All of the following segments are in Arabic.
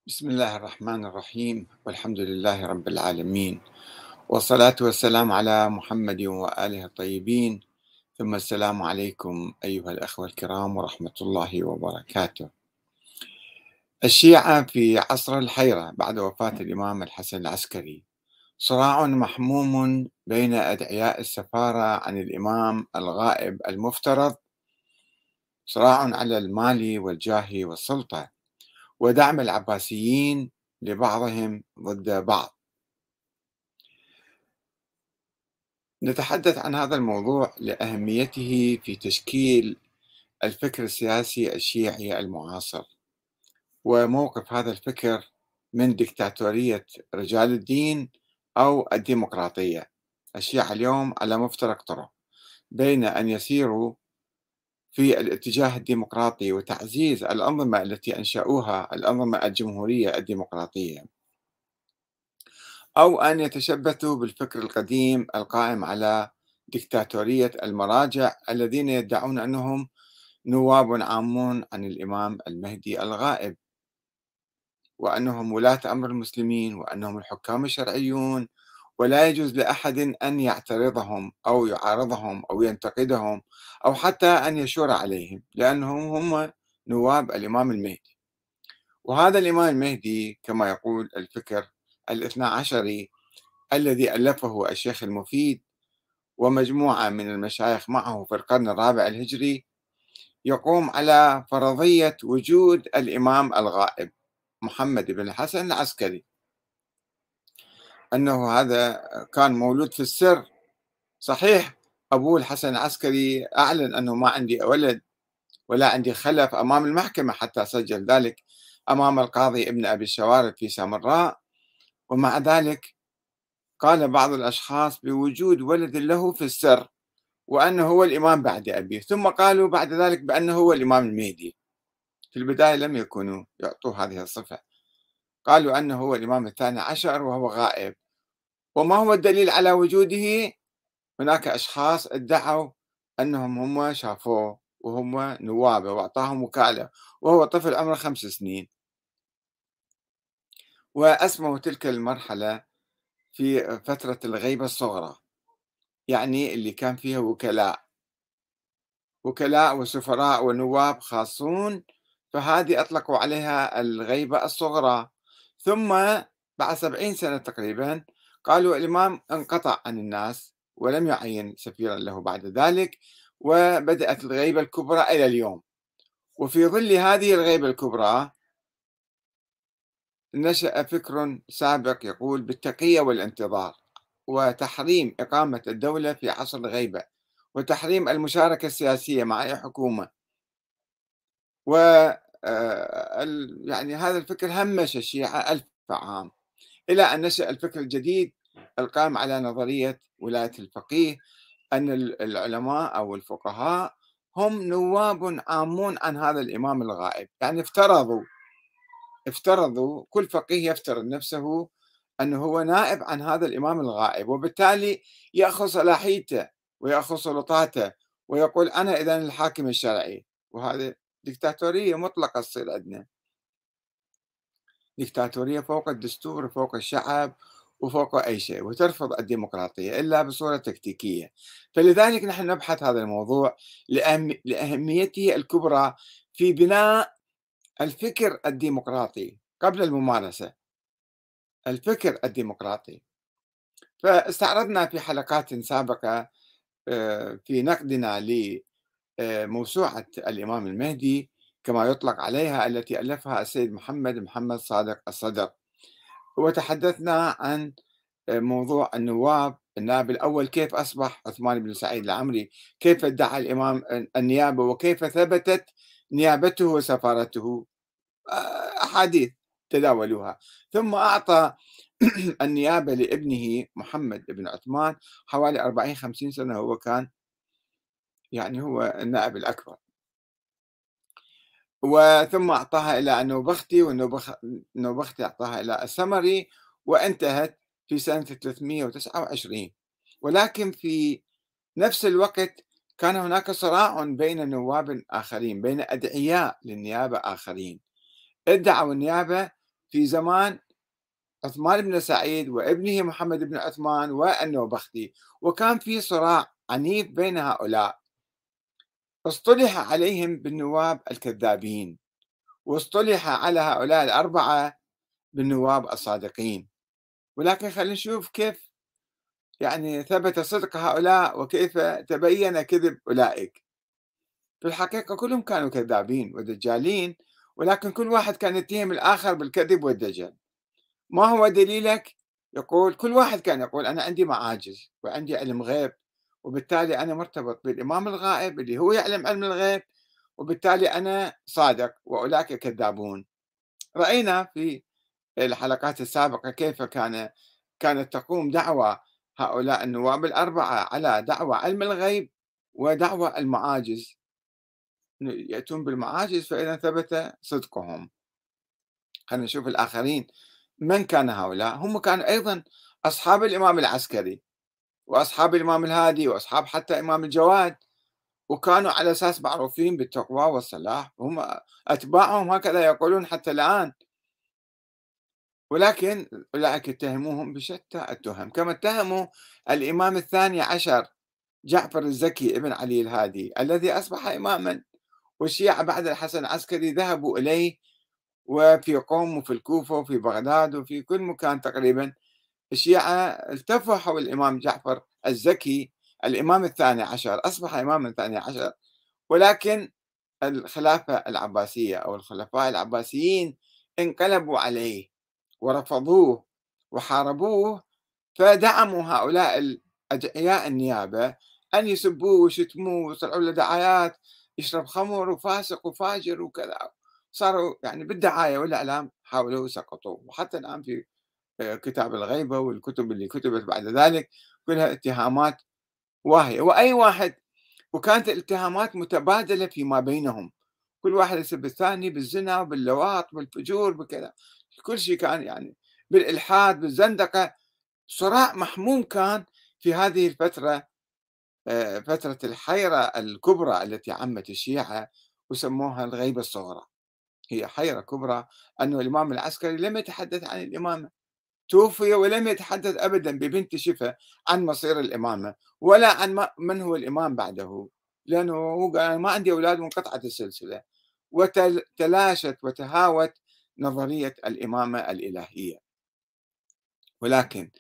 بسم الله الرحمن الرحيم والحمد لله رب العالمين والصلاة والسلام على محمد وآله الطيبين ثم السلام عليكم أيها الأخوة الكرام ورحمة الله وبركاته. الشيعة في عصر الحيرة بعد وفاة الإمام الحسن العسكري صراع محموم بين أدعياء السفارة عن الإمام الغائب المفترض، صراع على المال والجاه والسلطة ودعم العباسيين لبعضهم ضد بعض. نتحدث عن هذا الموضوع لأهميته في تشكيل الفكر السياسي الشيعي المعاصر، وموقف هذا الفكر من ديكتاتورية رجال الدين أو الديمقراطية. الشيعة اليوم على مفترق طرق بين أن يسيروا في الاتجاه الديمقراطي وتعزيز الأنظمة التي أنشأوها، الأنظمة الجمهورية الديمقراطية، أو أن يتشبثوا بالفكر القديم القائم على ديكتاتورية المراجع الذين يدعون أنهم نواب عامون عن الإمام المهدي الغائب، وأنهم ولاة أمر المسلمين، وأنهم الحكام الشرعيون، ولا يجوز لأحد أن يعترضهم أو يعارضهم أو ينتقدهم أو حتى أن يشور عليهم، لأنهم هم نواب الإمام المهدي. وهذا الإمام المهدي كما يقول الفكر الاثنى عشري الذي ألفه الشيخ المفيد ومجموعة من المشايخ معه في القرن الرابع الهجري، يقوم على فرضية وجود الإمام الغائب محمد بن الحسن العسكري، أنه هذا كان مولود في السر. صحيح أبوه الحسن العسكري أعلن أنه ما عندي ولد ولا عندي خلف أمام المحكمة، حتى سجل ذلك أمام القاضي ابن أبي الشوارب في سامراء، ومع ذلك قال بعض الأشخاص بوجود ولد له في السر وأنه هو الإمام بعد أبيه، ثم قالوا بعد ذلك بأنه هو الإمام المهدي. في البداية لم يكونوا يعطوا هذه الصفة، قالوا أنه هو الإمام الثاني عشر وهو غائب. وما هو الدليل على وجوده؟ هناك أشخاص ادعوا أنهم هم شافوه وهم نوابه وأعطاهم وكالة وهو طفل عمره 5 سنين، وأسموا تلك المرحلة في فترة الغيبة الصغرى، يعني اللي كان فيها وكلاء وسفراء ونواب خاصون، فهذه أطلقوا عليها الغيبة الصغرى. ثم بعد 70 سنة تقريبا قالوا الإمام انقطع عن الناس ولم يعين سفيرا له بعد ذلك، وبدأت الغيبة الكبرى إلى اليوم. وفي ظل هذه الغيبة الكبرى نشأ فكر سابق يقول بالتقية والانتظار، وتحريم إقامة الدولة في عصر الغيبة، وتحريم المشاركة السياسية مع أي حكومة. و يعني هذا الفكر همش الشيعة 1000 عام، إلى أن نشأ الفكر الجديد القائم على نظرية ولاية الفقيه، أن العلماء أو الفقهاء هم نواب عامون عن هذا الإمام الغائب، يعني افترضوا كل فقيه يفترض نفسه أنه هو نائب عن هذا الإمام الغائب، وبالتالي يأخذ صلاحيته ويأخذ سلطاته ويقول أنا إذن الحاكم الشرعي. وهذا ديكتاتورية مطلقة تصير عندنا، ديكتاتورية فوق الدستور وفوق الشعب وفوق أي شيء، وترفض الديمقراطية إلا بصورة تكتيكية. فلذلك نحن نبحث هذا الموضوع لأهميته الكبرى في بناء الفكر الديمقراطي قبل الممارسة، الفكر الديمقراطي. فاستعرضنا في حلقات سابقة في نقدنا لموسوعة الإمام المهدي كما يطلق عليها، التي ألفها السيد محمد صادق الصدر، وتحدثنا عن موضوع النائب الأول، كيف أصبح عثمان بن سعيد العمري، كيف ادعى الإمام النيابة، وكيف ثبتت نيابته وسفارته، أحاديث تداولوها. ثم أعطى النيابة لابنه محمد بن عثمان حوالي 40-50 سنة، هو كان يعني هو النائب الأكبر، وثم أعطاها إلى النوبختي، والنوبختي أعطاها إلى السمري، وانتهت في سنة 329. ولكن في نفس الوقت كان هناك صراع بين نواب آخرين، بين أدعياء للنيابة آخرين ادعوا النيابة في زمان عثمان بن سعيد وابنه محمد بن عثمان والنوبختي، وكان في صراع عنيف بين هؤلاء. اصطلح عليهم بالنواب الكذابين، واصطلح على هؤلاء الأربعة بالنواب الصادقين. ولكن خلينا نشوف كيف يعني ثبت صدق هؤلاء وكيف تبين كذب أولئك. في الحقيقة كلهم كانوا كذابين ودجالين، ولكن كل واحد كان يتهم الآخر بالكذب والدجل. ما هو دليلك؟ يقول كل واحد كان يقول أنا عندي معاجز وعندي علم غيب، وبالتالي أنا مرتبط بالإمام الغائب اللي هو يعلم علم الغيب، وبالتالي أنا صادق وأولئك كذابون. رأينا في الحلقات السابقة كيف كانت تقوم دعوى هؤلاء النواب الأربعة على دعوى علم الغيب ودعوى المعاجز، يأتون بالمعاجز فإذا ثبت صدقهم. خلينا نشوف الآخرين. من كان هؤلاء؟ هم كانوا أيضا أصحاب الإمام العسكري وأصحاب الإمام الهادي وأصحاب حتى إمام الجواد، وكانوا على أساس معروفين بالتقوى والصلاح، هم أتباعهم هكذا يقولون حتى الآن. ولكن أولئك اتهموهم بشتى التهم، كما اتهموا الإمام الثاني عشر جعفر الزكي ابن علي الهادي الذي أصبح إماما، والشيعة بعد الحسن العسكري ذهبوا إليه، وفي قوم وفي الكوفة وفي بغداد وفي كل مكان تقريبا الشيعة التفوا حول الإمام جعفر الزكي الإمام الثاني عشر، أصبح إماما ثاني عشر. ولكن الخلافة العباسية أو الخلفاء العباسيين انقلبوا عليه ورفضوه وحاربوه، فدعموا هؤلاء الأدعياء النيابة أن يسبوه ويشتموه ويطلعوا له دعايات يشرب خمر وفاسق وفاجر وكذا. صاروا يعني بالدعاية والإعلام حاولوا سقطوه، وحتى الآن في كتاب الغيبة والكتب اللي كتبت بعد ذلك كلها اتهامات واهية، وأي واحد، وكانت الاتهامات متبادلة فيما بينهم، كل واحد يسب الثاني بالزنا باللواط بالفجور بكذا، كل شيء كان يعني بالإلحاد بالزندقة. صراع محموم كان في هذه الفترة، فترة الحيرة الكبرى التي عمت الشيعة، وسموها الغيبة الصغرى. هي حيرة كبرى أنه الإمام العسكري لم يتحدث عن الإمامة، توفي ولم يتحدث أبدا ببنت شفا عن مصير الإمامة ولا عن من هو الإمام بعده، لأنه هو قال أنا ما عندي أولاد وانقطعت السلسلة، وتلاشت وتهاوت نظرية الإمامة الإلهية. ولكن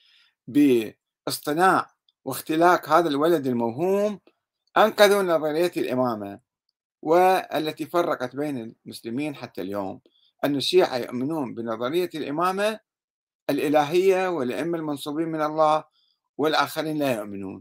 باصطناع واختلاق هذا الولد الموهوم أنقذوا نظرية الإمامة، والتي فرقت بين المسلمين حتى اليوم، أن الشيعة يؤمنون بنظرية الإمامة الإلهية والأئمة المنصوبين من الله، والآخرين لا يؤمنون.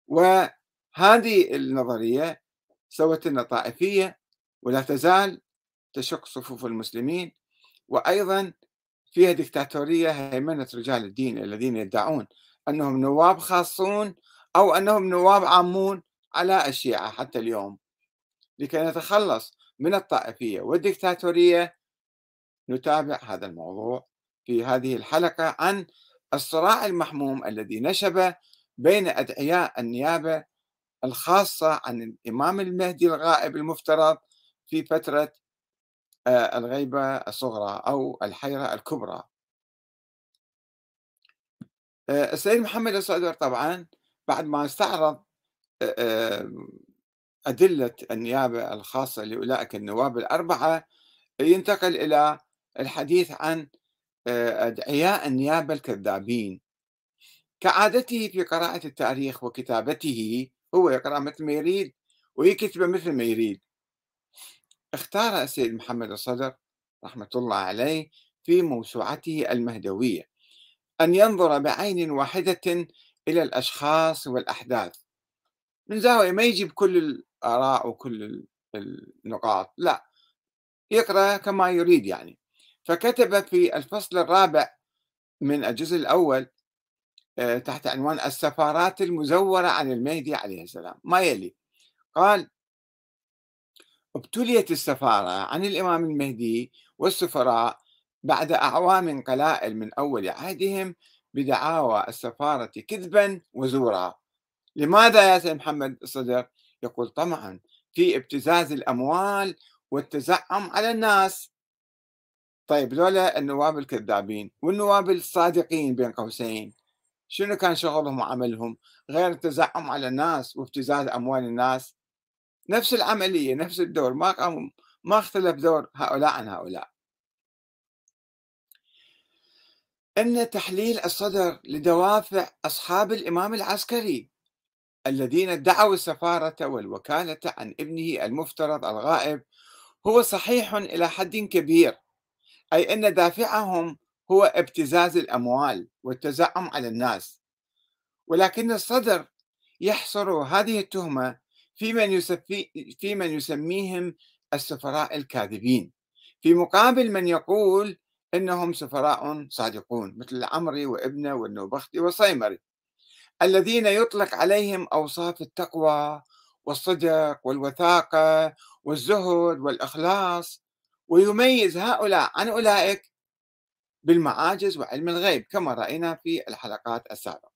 وهذه النظرية سوت لنا طائفية ولا تزال تشق صفوف المسلمين، وأيضا فيها دكتاتورية هيمنة رجال الدين الذين يدعون أنهم نواب خاصون أو أنهم نواب عامون على الشيعة حتى اليوم. لكي نتخلص من الطائفية والدكتاتورية نتابع هذا الموضوع في هذه الحلقة عن الصراع المحموم الذي نشب بين أدعياء النيابة الخاصة عن الإمام المهدي الغائب المفترض في فترة الغيبة الصغرى أو الحيرة الكبرى. السيد محمد الصدر طبعا بعد ما استعرض آه، أدلة النيابة الخاصة لأولئك النواب الأربعة، ينتقل إلى الحديث عن أدعياء النيابة الكذابين. كعادته في قراءة التاريخ وكتابته، هو يقرأ مثل ما يريد ويكتب مثل ما يريد. اختار السيد محمد الصدر رحمة الله عليه في موسوعته المهدوية أن ينظر بعين واحدة إلى الأشخاص والأحداث من زاوية، ما يجيب كل الآراء وكل النقاط، لا، يقرأ كما يريد يعني. فكتب في الفصل الرابع من الجزء الأول تحت عنوان السفارات المزورة عن المهدي عليه السلام ما يلي. قال: ابتليت السفارة عن الإمام المهدي والسفراء بعد أعوام قلائل من أول عهدهم بدعاوى السفارة كذبا وزورا. لماذا يا سيد محمد الصدر؟ يقول طمعا في ابتزاز الأموال والتزعم على الناس. طيب ذولا النواب الكذابين والنواب الصادقين بين قوسين، شنو كان شغلهم وعملهم غير التزعم على الناس وابتزاز أموال الناس؟ نفس العملية، نفس الدور، ما اختلف دور هؤلاء عن هؤلاء. أن تحليل الصدر لدوافع أصحاب الإمام العسكري الذين ادعوا السفارة والوكالة عن ابنه المفترض الغائب هو صحيح إلى حد كبير، أي أن دافعهم هو ابتزاز الأموال والتزعم على الناس، ولكن الصدر يحصر هذه التهمة في من يسميهم السفراء الكاذبين، في مقابل من يقول إنهم سفراء صادقون مثل العمري وابنه والنوبختي والصيمري، الذين يطلق عليهم أوصاف التقوى والصدق والوثاقة والزهد والإخلاص، ويميز هؤلاء عن أولئك بالمعاجز وعلم الغيب كما رأينا في الحلقات السابقة.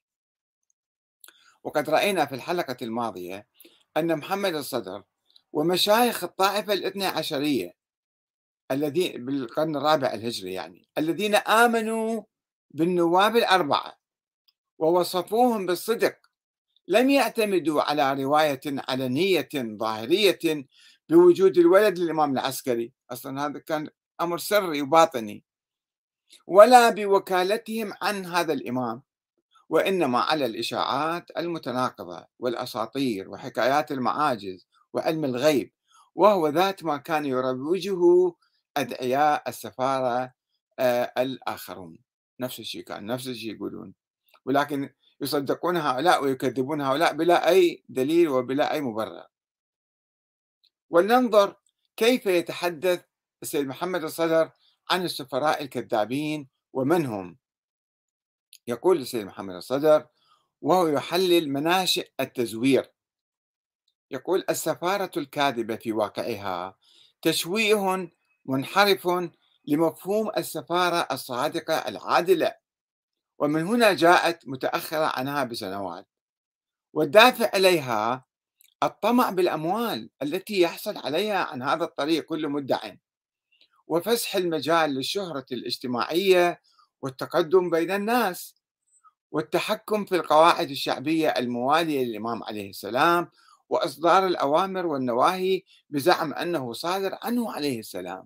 وقد رأينا في الحلقة الماضية أن محمد الصدر ومشايخ الطائفة الاثنى عشرية الذين بالقرن الرابع الهجري الذين آمنوا بالنواب الأربعة ووصفوهم بالصدق لم يعتمدوا على رواية علنية ظاهرية بوجود الولد للإمام العسكري، أصلا هذا كان أمر سري وباطني، ولا بوكالتهم عن هذا الإمام، وإنما على الإشاعات المتناقضة والأساطير وحكايات المعاجز وعلم الغيب، وهو ذات ما كان يروجه أدعياء السفارة الآخرون. نفس الشيء كان نفس الشيء يقولون، ولكن يصدقون هؤلاء ويكذبون هؤلاء بلا أي دليل وبلا أي مبرر. ولننظر كيف يتحدث السيد محمد الصدر عن السفراء الكذابين ومن هم. يقول السيد محمد الصدر وهو يحلل مناشئ التزوير، يقول: السفارة الكاذبة في واقعها تشويه منحرف لمفهوم السفارة الصادقة العادلة، ومن هنا جاءت متأخرة عنها بسنوات، والدافع إليها الطمع بالأموال التي يحصل عليها عن هذا الطريق كل مدع، وفسح المجال للشهرة الاجتماعية والتقدم بين الناس، والتحكم في القواعد الشعبية الموالية للإمام عليه السلام، وإصدار الأوامر والنواهي بزعم أنه صادر عنه عليه السلام،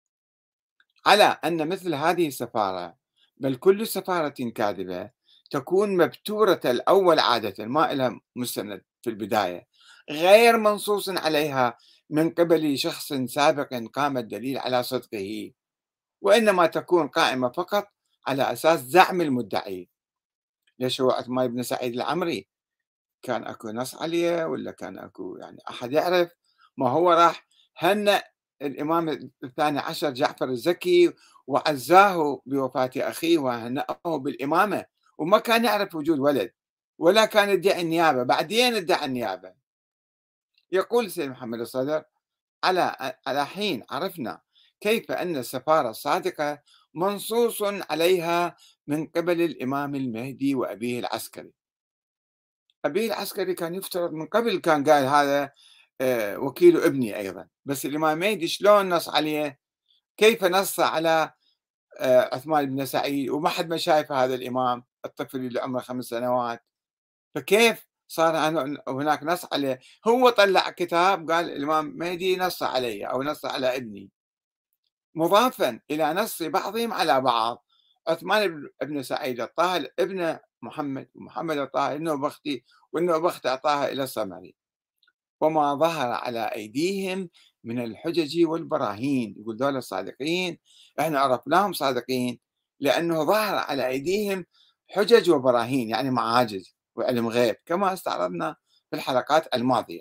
على أن مثل هذه السفارة بل كل سفارة كاذبة تكون مبتورة الأول عادة، ما لها مستند في البداية، غير منصوص عليها من قبل شخص سابق قام الدليل على صدقه، وإنما تكون قائمة فقط على أساس زعم المدعي. ليش هو عثمان بن سعيد العمري كان اكو نص عليه ولا كان اكو احد يعرف؟ ما هو راح هنأ الامام الثاني عشر جعفر الزكي وعزاه بوفاة اخيه وهنأه بالامامة، وما كان يعرف وجود ولد ولا كان يدعي النيابة، بعدين ادعى النيابة. يقول سيد محمد الصدر: على حين عرفنا كيف أن السفارة الصادقة منصوص عليها من قبل الإمام المهدي وأبيه العسكري. أبيه العسكري كان يفترض من قبل كان قال هذا وكيل ابني أيضا، بس الإمام المهدي شلون نص عليه؟ كيف نص على عثمان بن سعيد وما حد ما شايف هذا الإمام الطفل اللي عمره 5 سنوات؟ فكيف صار هناك نص عليه؟ هو طلع كتاب قال الإمام المهدي نص علي أو نص على ابني، مضافا إلى نص بعضهم على بعض. عثمان بن سعيد أعطاها ابن محمد، ومحمد أعطاها النوبختي، والنوبختي أعطاها إلى الصمري، وما ظهر على أيديهم من الحجج والبراهين. يقول دول الصادقين احنا عرفناهم صادقين لأنه ظهر على أيديهم حجج وبراهين، يعني معاجز وعلم غيب كما استعرضنا في الحلقات الماضية.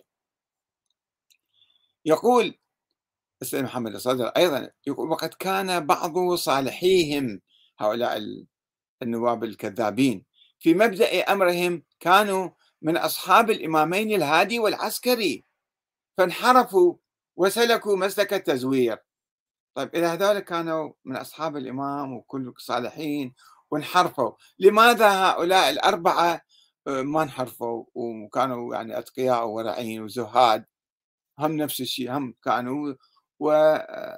يقول السيد محمد الصدر أيضا، يقول: وقد كان بعض صالحيهم هؤلاء النواب الكذابين في مبدأ أمرهم كانوا من أصحاب الإمامين الهادي والعسكري، فانحرفوا وسلكوا مسلك التزوير. طيب إذا هذول كانوا من أصحاب الإمام وكل صالحين وانحرفوا، لماذا هؤلاء الأربعة ما انحرفوا وكانوا أتقياء وورعين وزهاد؟ هم نفس الشيء، هم كانوا وانحرفوا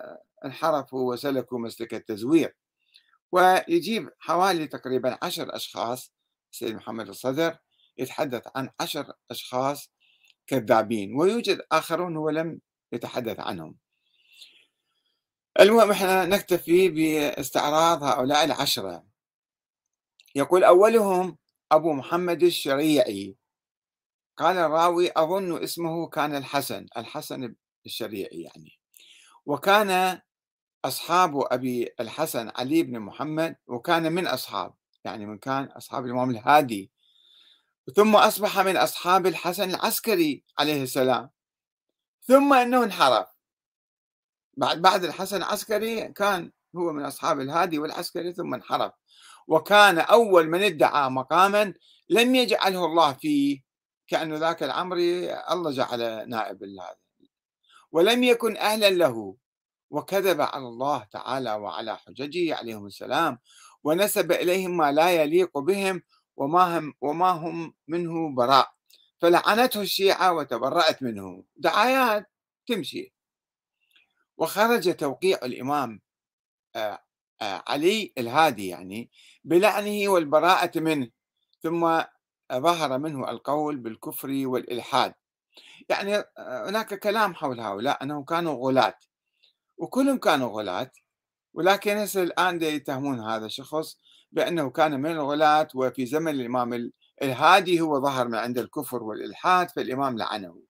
انحرفوا وسلكوا مسلك التزوير. ويجيب حوالي تقريبا 10 أشخاص. السيد محمد الصدر يتحدث عن 10 أشخاص كذابين، ويوجد آخرون هو لم يتحدث عنهم. المهم احنا نكتفي باستعراض هؤلاء العشرة. يقول أولهم أبو محمد الشريعي. قال الراوي أظن اسمه كان الحسن الشريعي يعني. وكان أصحاب أبي الحسن علي بن محمد، وكان من أصحاب، يعني من كان أصحاب الإمام الهادي، ثم أصبح من أصحاب الحسن العسكري عليه السلام، ثم أنه انحرف. بعد الحسن العسكري كان هو من أصحاب الهادي والعسكري، ثم انحرف، وكان أول من ادعى مقاما لم يجعله الله فيه، كأنه ذاك العمري الله جعل نائب الله، ولم يكن أهلا له، وكذب على الله تعالى وعلى حججه عليهم السلام، ونسب إليهم ما لا يليق بهم، وما هم منه براء، فلعنته الشيعة وتبرأت منه. دعايات تمشي. وخرج توقيع الإمام آه، علي الهادي يعني بلعنه والبراءة منه، ثم ظهر منه القول بالكفر والإلحاد. يعني هناك كلام حول هؤلاء أنهم كانوا غلاة، وكلهم كانوا غلاة، ولكن هسه الآن يتهمون هذا الشخص بأنه كان من الغلاة، وفي زمن الإمام الهادي هو ظهر من عند الكفر والإلحاد فالإمام لعنه.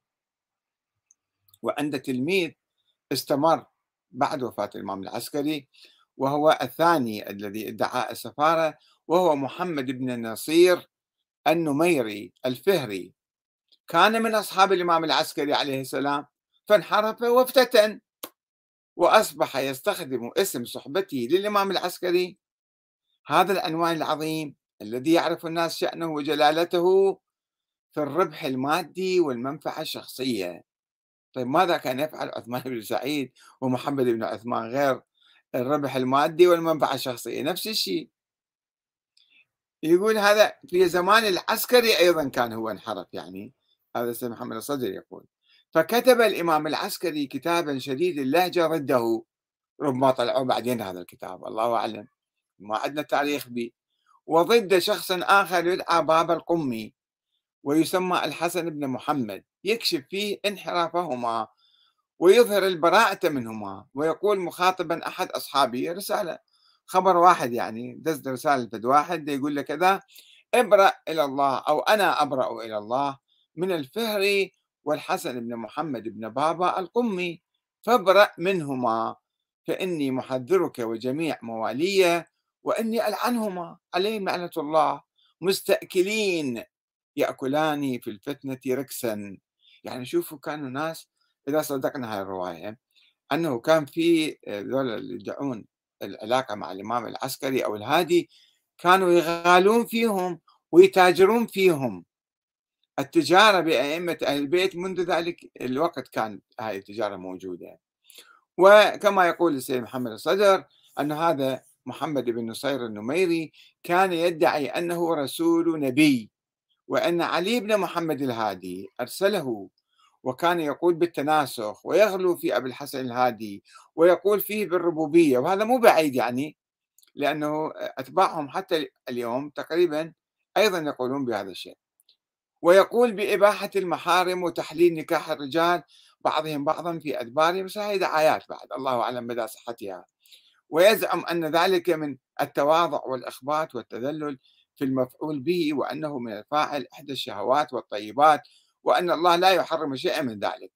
وعند تلميذ استمر بعد وفاة الإمام العسكري، وهو الثاني الذي ادعى السفارة، وهو محمد بن النصير النميري الفهري. كان من أصحاب الإمام العسكري عليه السلام، فانحرف وافتتن، وأصبح يستخدم اسم صحبته للإمام العسكري، هذا العنوان العظيم الذي يعرف الناس شأنه وجلالته، في الربح المادي والمنفعة الشخصية. طيب ماذا كان يفعل عثمان بن سعيد ومحمد بن عثمان غير الربح المادي والمنفعة الشخصية؟ نفس الشيء. يقول هذا في زمان العسكري أيضا كان هو انحرف، يعني هذا السيد محمد الصدر يقول. فكتب الإمام العسكري كتابا شديد اللهجة ضده، ربما طلعوا بعدين هذا الكتاب الله أعلم، ما عندنا تاريخ به، وضد شخص آخر يدعى بابا القمي ويسمى الحسن بن محمد، يكشف فيه انحرافهما ويظهر البراءة منهما، ويقول مخاطبا أحد أصحابه رسالة، خبر واحد يعني، دز رسالة فد واحد يقول له كذا: ابرأ إلى الله، أو أنا أبرأ إلى الله من الفهري والحسن بن محمد بن بابا القمي، فابرأ منهما، فإني محذرك وجميع موالي، وإني ألعنهما عليهم لعنة الله، مستأكلين يأكلان في الفتنة ركسا. يعني شوفوا كانوا ناس، إذا صدقنا هاي الرواية أنه كان في ذول اللي يدعون العلاقة مع الإمام العسكري أو الهادي، كانوا يغالون فيهم ويتاجرون فيهم. التجارة بأئمة أهل البيت منذ ذلك الوقت كانت هذه التجارة موجودة. وكما يقول السيد محمد الصدر أن هذا محمد بن نصير النميري كان يدعي أنه رسول نبي، وأن علي بن محمد الهادي أرسله، وكان يقول بالتناسخ ويغلو في أبي الحسن الهادي ويقول فيه بالربوبية، وهذا مو بعيد يعني، لأنه أتباعهم حتى اليوم تقريبا أيضا يقولون بهذا الشيء، ويقول بإباحة المحارم وتحليل نكاح الرجال بعضهم بعضا في أدبارهم، بس هذه دعايات بعد الله أعلم مدى صحتها. ويزعم أن ذلك من التواضع والإخبات والتذلل في المفعول به، وأنه من الفاعل إحدى الشهوات والطيبات، وأن الله لا يحرم شيئا من ذلك.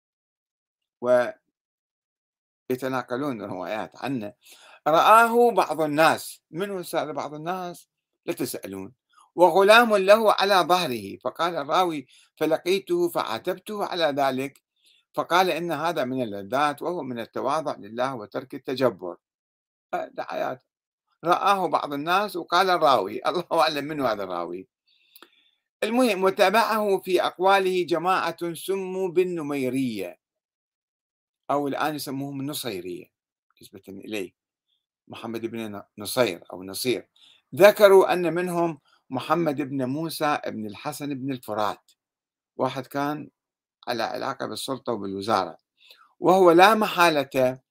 ويتناقلون روايات عنه. رآه بعض الناس، منه سأل بعض الناس لا تسألون، وغلام له على ظهره، فقال الراوي: فلقيته فعاتبته على ذلك، فقال إن هذا من اللذات، وهو من التواضع لله وترك التجبر. دعايات. رآه بعض الناس وقال الراوي، الله أعلم منه هذا الراوي. المهم وتابعه في أقواله جماعة سموا بالنميرية، أو الآن يسموهم النصيرية نسبة إليه، محمد بن نصير أو نصير. ذكروا أن منهم محمد بن موسى بن الحسن بن الفرات، واحد كان على علاقة بالسلطة وبالوزارة، وهو لا محالة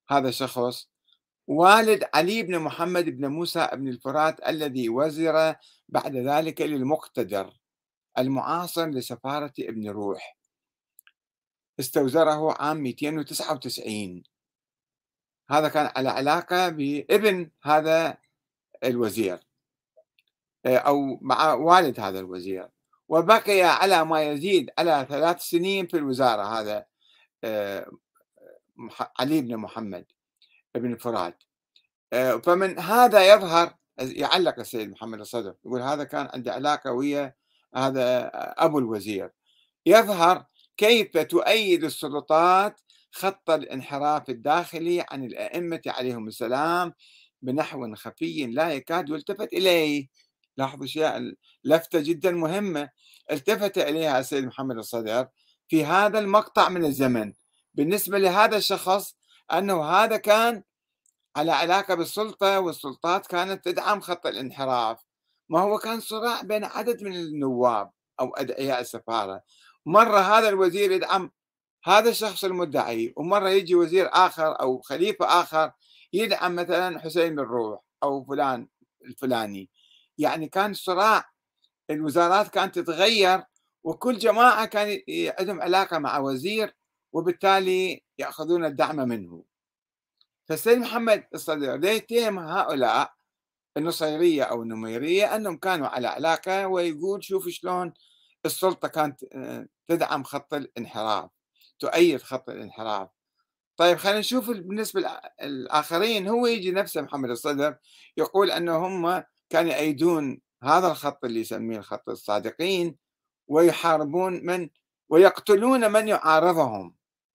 هذا الشخص والد علي بن محمد بن موسى بن الفرات الذي وزر بعد ذلك للمقتدر المعاصر لسفارة ابن روح، استوزره عام 299. هذا كان على علاقة بابن هذا الوزير، أو مع والد هذا الوزير، وبقي على ما يزيد على 3 سنين في الوزارة. هذا آه، علي بن محمد بن الفرات. فمن هذا يظهر، يعلق السيد محمد الصدر يقول هذا كان عنده علاقة ويا هذا أبو الوزير. يظهر كيف تؤيد السلطات خط الانحراف الداخلي عن الأئمة عليهم السلام بنحو خفي لا يكاد يلتفت إليه. لاحظوا أشياء لفتة جدا مهمة التفت إليها السيد محمد الصدر في هذا المقطع من الزمن بالنسبة لهذا الشخص، أنه هذا كان على علاقة بالسلطة والسلطات كانت تدعم خط الانحراف. ما هو كان صراع بين عدد من النواب أو أدعياء السفارة، مرة هذا الوزير يدعم هذا الشخص المدعي، ومرة يجي وزير آخر أو خليفة آخر يدعم مثلا حسين بن روح أو فلان الفلاني. يعني كان صراع، الوزارات كانت تتغير، وكل جماعة كان عندهم علاقة مع وزير وبالتالي يأخذون الدعم منه. فالسيد محمد الصدر يتهم هؤلاء النصيرية أو النميرية أنهم كانوا على علاقة، ويقول شوف شلون السلطة كانت تدعم خط الانحراف، تؤيد خط الانحراف. طيب خلينا نشوف بالنسبة للآخرين، هو يجي نفسه محمد الصدر يقول أنه هم كانوا يأيدون هذا الخط اللي يسميه الخط الصادقين، ويحاربون من ويقتلون من يعارضهم.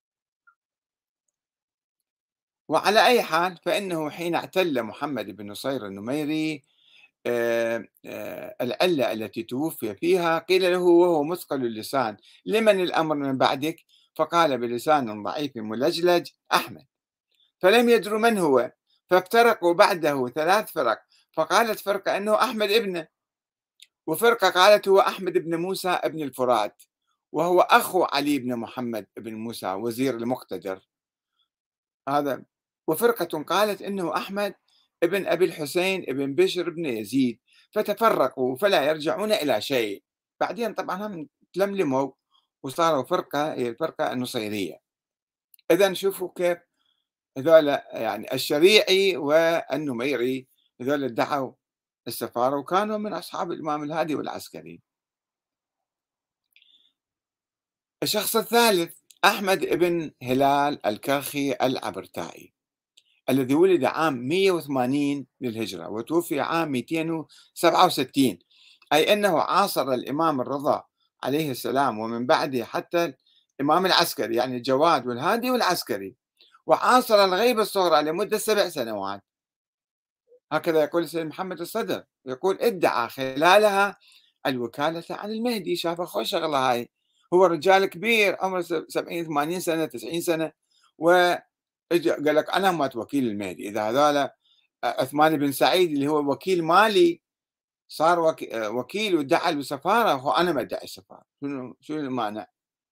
وعلى أي حال فإنه حين اعتل محمد بن نصير النميري العلة التي توفي فيها قيل له وهو مثقل اللسان لمن الأمر من بعدك؟ فقال بلسان ضعيف ملجلج أحمد، فلم يدروا من هو، فافترقوا بعده 3 فرق، فقالت فرقة أنه أحمد ابنه، وفرقة قالت هو أحمد بن موسى بن الفرات وهو أخو علي بن محمد بن موسى وزير المقتدر هذا، وفرقة قالت إنه أحمد ابن أبي الحسين ابن بشر بن يزيد، فتفرقوا فلا يرجعون إلى شيء. بعدين طبعا هم تلملموا وصاروا فرقة، هي الفرقة النصيرية. إذا شوفوا كيف هذول يعني الشريعي والنميري هذول ادعوا السفارة وكانوا من أصحاب الإمام الهادي والعسكري. الشخص الثالث أحمد ابن هلال الكرخي العبرتائي، الذي ولد عام 180 للهجرة وتوفي عام 267، أي أنه عاصر الإمام الرضا عليه السلام ومن بعده حتى الإمام العسكري، يعني الجواد والهادي والعسكري، وعاصر الغيبة الصغرى لمدة 7 سنوات. هكذا يقول السيد محمد الصدر، يقول ادعى خلالها الوكالة عن المهدي. شاف خوش شغلة هاي، هو رجال كبير عمره 70 80 سنة 90 سنة، و قال لك انا ما وكيل المهدي. اذا هذول عثمان بن سعيد اللي هو وكيل مالي صار وكيل وادعى بالسفاره، وانا ما ادعي السفاره، شنو المانع؟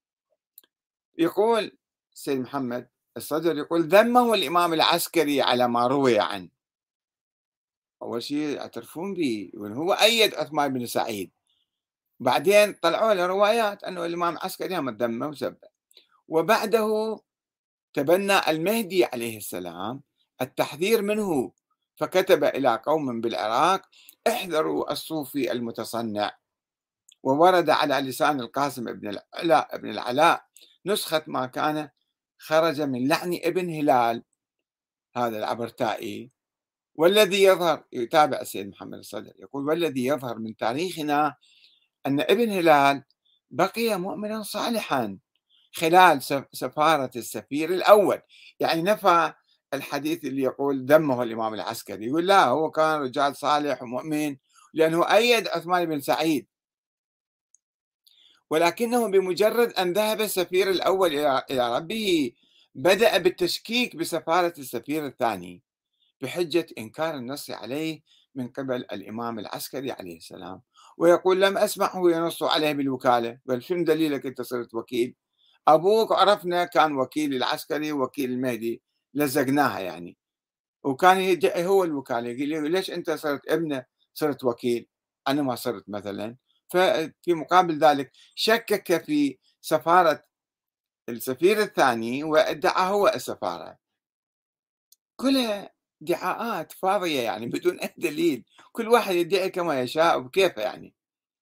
يقول السيد محمد الصدر يقول ذمه الامام العسكري على ما روي عنه. اول شيء يعترفون به، هو ايد عثمان بن سعيد، بعدين طلعوا له روايات انه الامام العسكري هم ذمه وسبه. وبعده تبنى المهدي عليه السلام التحذير منه، فكتب إلى قوم بالعراق احذروا الصوفي المتصنع، وورد على لسان القاسم بن العلاء نسخة ما كان خرج من لعن ابن هلال هذا العبرتائي. والذي يظهر، يتابع السيد محمد الصدر يقول والذي يظهر من تاريخنا أن ابن هلال بقي مؤمنا صالحا خلال سفارة السفير الأول. يعني نفى الحديث اللي يقول ذمه الإمام العسكري، يقول لا، هو كان رجال صالح ومؤمن لأنه أيد عثمان بن سعيد، ولكنه بمجرد أن ذهب السفير الأول إلى ربه بدأ بالتشكيك بسفارة السفير الثاني بحجة إنكار النص عليه من قبل الإمام العسكري عليه السلام، ويقول لم أسمعه ينص عليه بالوكالة. بل شنو دليلك أنت صرت وكيل؟ أبوك عرفنا كان وكيل العسكري ووكيل المهدي، لزقناها يعني. وكان يدعي هو الوكالة، يقول لي: "ليش أنت صرت ابنه صرت وكيل، أنا ما صرت مثلًا؟" ففي مقابل ذلك شكّك في سفارة السفير الثاني وادعى هو السفارة. كلها ادعاءات فاضية يعني بدون أي دليل، كل واحد يدعي كما يشاء وبكيفه يعني.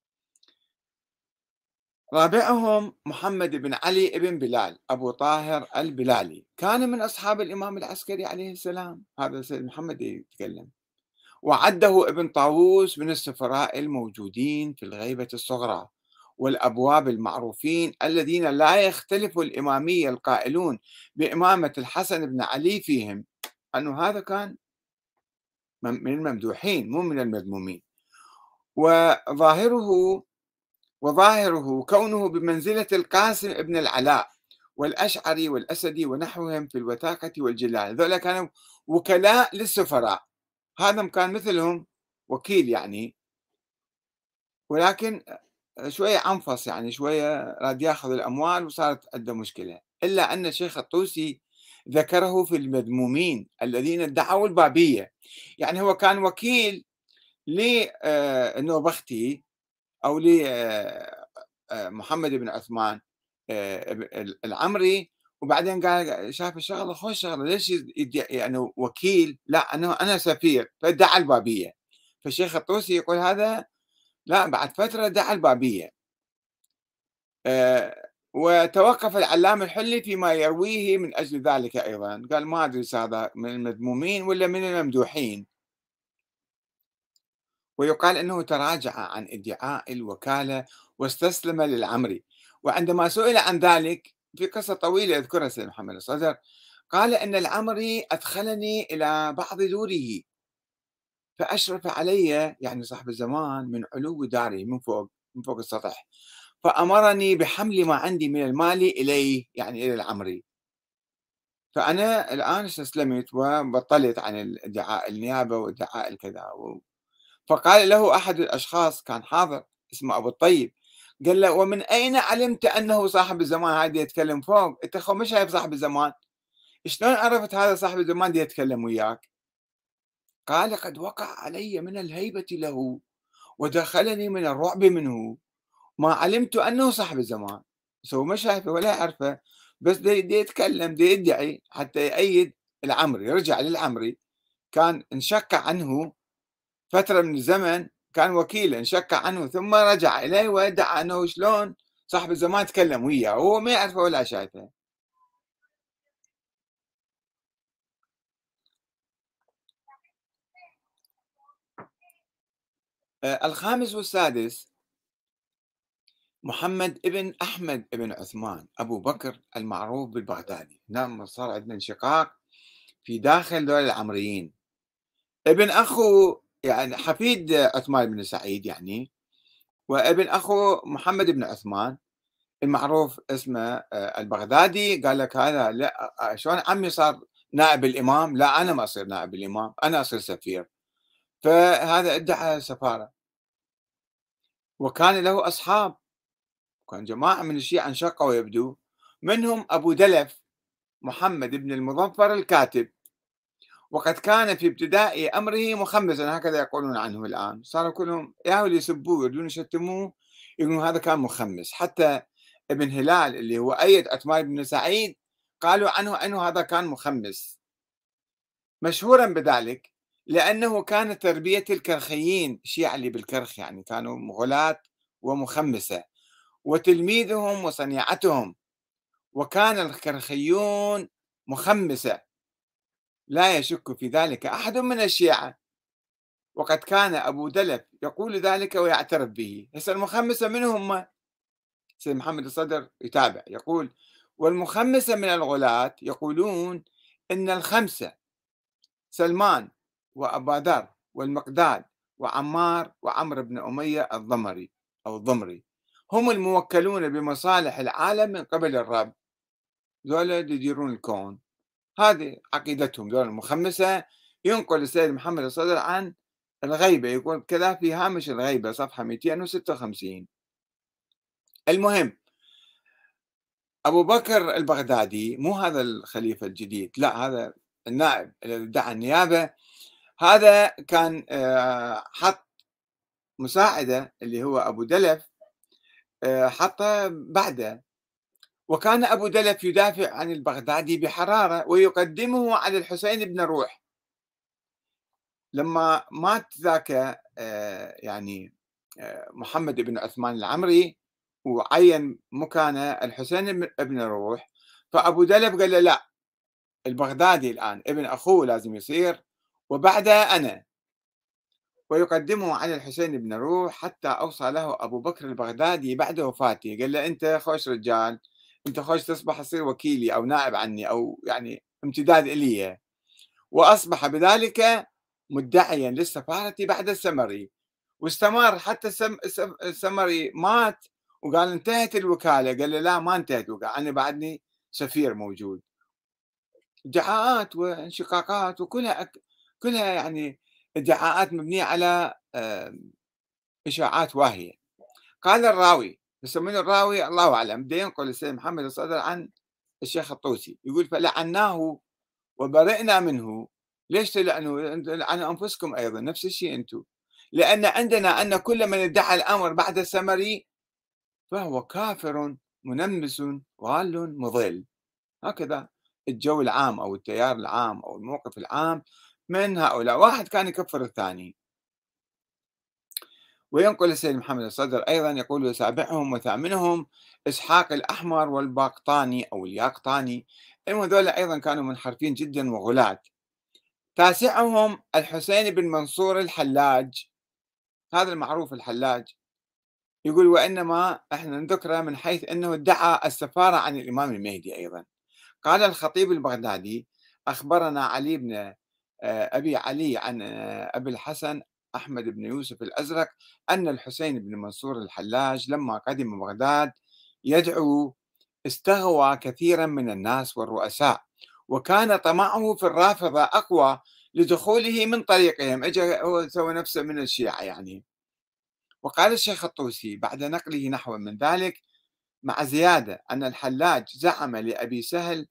رابعهم محمد بن علي بن بلال أبو طاهر البلالي، كان من أصحاب الإمام العسكري عليه السلام، هذا سيد محمد يتكلم. وعده ابن طاووس من السفراء الموجودين في الغيبة الصغرى والأبواب المعروفين الذين لا يختلف الإمامية القائلون بإمامة الحسن بن علي فيهم، أنه هذا كان من الممدوحين مو من المذمومين. وظاهره وظاهره كونه بمنزلة القاسم بن العلاء والأشعري والأسدي ونحوهم في الوثاقة والجلال، هذول كانوا وكلاء للسفراء، هذا كان مثلهم وكيل يعني، ولكن شوية عنفص يعني شوية راد ياخذ الأموال وصارت عنده مشكلة. إلا أن الشيخ الطوسي ذكره في المذمومين الذين ادعوا البابية، يعني هو كان وكيل للنوبختي أو لمحمد بن عثمان العمري، وبعدين قال شاف الشغلة خوش شغلة، ليش يدعي يعني وكيل؟ لا، أنا سفير، فادعى البابية. فالشيخ الطوسي يقول هذا لا، بعد فترة دعا البابية. وتوقف العلامة الحلي فيما يرويه من أجل ذلك أيضا، قال ما أدري هذا من المذمومين ولا من الممدوحين. ويقال أنه تراجع عن ادعاء الوكالة واستسلم للعمري. وعندما سئل عن ذلك في قصة طويلة يذكرها سيد محمد الصدر، قال أن العمري أدخلني إلى بعض دوره فأشرف علي، يعني صاحب الزمان، من علو داره، من فوق السطح، فأمرني بحمل ما عندي من المال إليه، يعني إلى العمري. فأنا الآن استسلمت وبطلت عن الادعاء النيابة وادعاء الكذا فقال له أحد الأشخاص كان حاضر اسمه أبو الطيب، قال له: ومن أين علمت أنه صاحب الزمان هذا يتكلم فوق؟ أنت خو مش شايف صاحب الزمان، شلون عرفت هذا صاحب الزمان دي يتكلم وياك؟ قال: قد وقع علي من الهيبة له ودخلني من الرعب منه ما علمت أنه صاحب الزمان. بس هو ما شايفه ولا يعرفه، بس دي يتكلم، دي يدعي حتى يأيد العمري، رجع للعمري، كان انشق عنه فترة من الزمن، كان وكيل انشق عنه ثم رجع إليه وادعى أنه شلون صاحب الزمان تكلم وياه وهو ما يعرفه ولا شايفه. الخامس والسادس محمد ابن أحمد ابن عثمان أبو بكر المعروف بالبغدادي. نعم، صار عندنا انشقاق في داخل دول العمريين. ابن أخو يعني حفيد عثمان بن سعيد يعني، وابن أخو محمد بن عثمان المعروف اسمه البغدادي، قال لك هذا لا، شلون عمي صار نائب الإمام؟ لا، أنا ما أصير نائب الإمام، أنا أصير سفير. فهذا ادعى سفارة، وكان له أصحاب، كان جماعة من الشيعة انشقوا يبدو، منهم أبو دلف محمد بن المظفر الكاتب، وقد كان في ابتداء أمره مخمسا، هكذا يقولون عنه الآن، صاروا كلهم ياهو اللي يسبوه يريدون يشتموه يقولون هذا كان مخمس. حتى ابن هلال اللي هو أيد عثمان بن سعيد قالوا عنه أنه هذا كان مخمس، مشهورا بذلك لأنه كان تربية الكرخيين، الشيعة اللي بالكرخ يعني كانوا غلاة ومخمسة، وتلميذهم وصنيعتهم، وكان الكرخيون مخمسة لا يشك في ذلك أحد من الشيعة، وقد كان أبو دلف يقول ذلك ويعترف به. هسه المخمسة من هم؟ سيد محمد الصدر يتابع يقول: والمخمسة من الغلاة يقولون إن الخمسة سلمان وأبا ذر والمقداد وعمار وعمرو بن أمية الضمري أو الضمري هم الموكلون بمصالح العالم من قبل الرب، ذولا يديرون الكون. هذه عقيدتهم ذول المخمسة. ينقل السيد محمد الصدر عن الغيبة، يقول كذا في هامش الغيبة صفحة 256. المهم، أبو بكر البغدادي مو هذا الخليفة الجديد، لا هذا النائب الذي ادعى النيابة، هذا كان حط مساعده اللي هو أبو دلف، حطه بعده، وكان أبو دلف يدافع عن البغدادي بحرارة ويقدمه على الحسين بن روح. لما مات ذاك يعني محمد بن عثمان العمري وعين مكانه الحسين بن روح، فأبو دلف قال له لا، البغدادي الآن ابن أخوه لازم يصير وبعده أنا، ويقدمه على الحسين بن روح، حتى أوصى له أبو بكر البغدادي بعد وفاته، قال له أنت خوش رجال، أنت خوش تصبح تصير وكيلي أو نائب عني أو يعني امتداد إلي، وأصبح بذلك مدعيا للسفارة بعد السمري، واستمر حتى السمري مات وقال انتهت الوكالة، قال له لا ما انتهت الوكالة، أنا بعدني سفير موجود. ادعاءات وانشقاقات وكلها كلها يعني ادعاءات مبنية على إشاعات واهية. قال الراوي، بس من الراوي الله أعلم، بده ينقل السيد محمد الصدر عن الشيخ الطوسي، يقول فلعناه وبرئنا منه. ليش تلعنوا؟ لعنوا أنفسكم أيضا نفس الشيء أنتم، لأن عندنا أن كل من ادعى الأمر بعد السمري فهو كافر منمس ضال مضل. هكذا الجو العام أو التيار العام أو الموقف العام من هؤلاء، واحد كان يكفر الثاني. وينقل السيد محمد الصدر أيضا يقول سابعهم وثامنهم إسحاق الأحمر والباقطاني أو الياقطاني، المهم هذول أيضا كانوا منحرفين جدا وغلاة. تاسعهم الحسين بن منصور الحلاج، هذا المعروف الحلاج، يقول وإنما إحنا نذكره من حيث أنه ادعى السفارة عن الإمام المهدي أيضا. قال الخطيب البغدادي أخبرنا علي بن أبي علي عن أبي الحسن أحمد بن يوسف الأزرق أن الحسين بن منصور الحلاج لما قدم بغداد يدعو استغوى كثيرا من الناس والرؤساء، وكان طمعه في الرافضة أقوى لدخوله من طريقهم، اجى هو سوى نفسه من الشيعة يعني. وقال الشيخ الطوسي بعد نقله نحو من ذلك مع زيادة أن الحلاج زعم لأبي سهل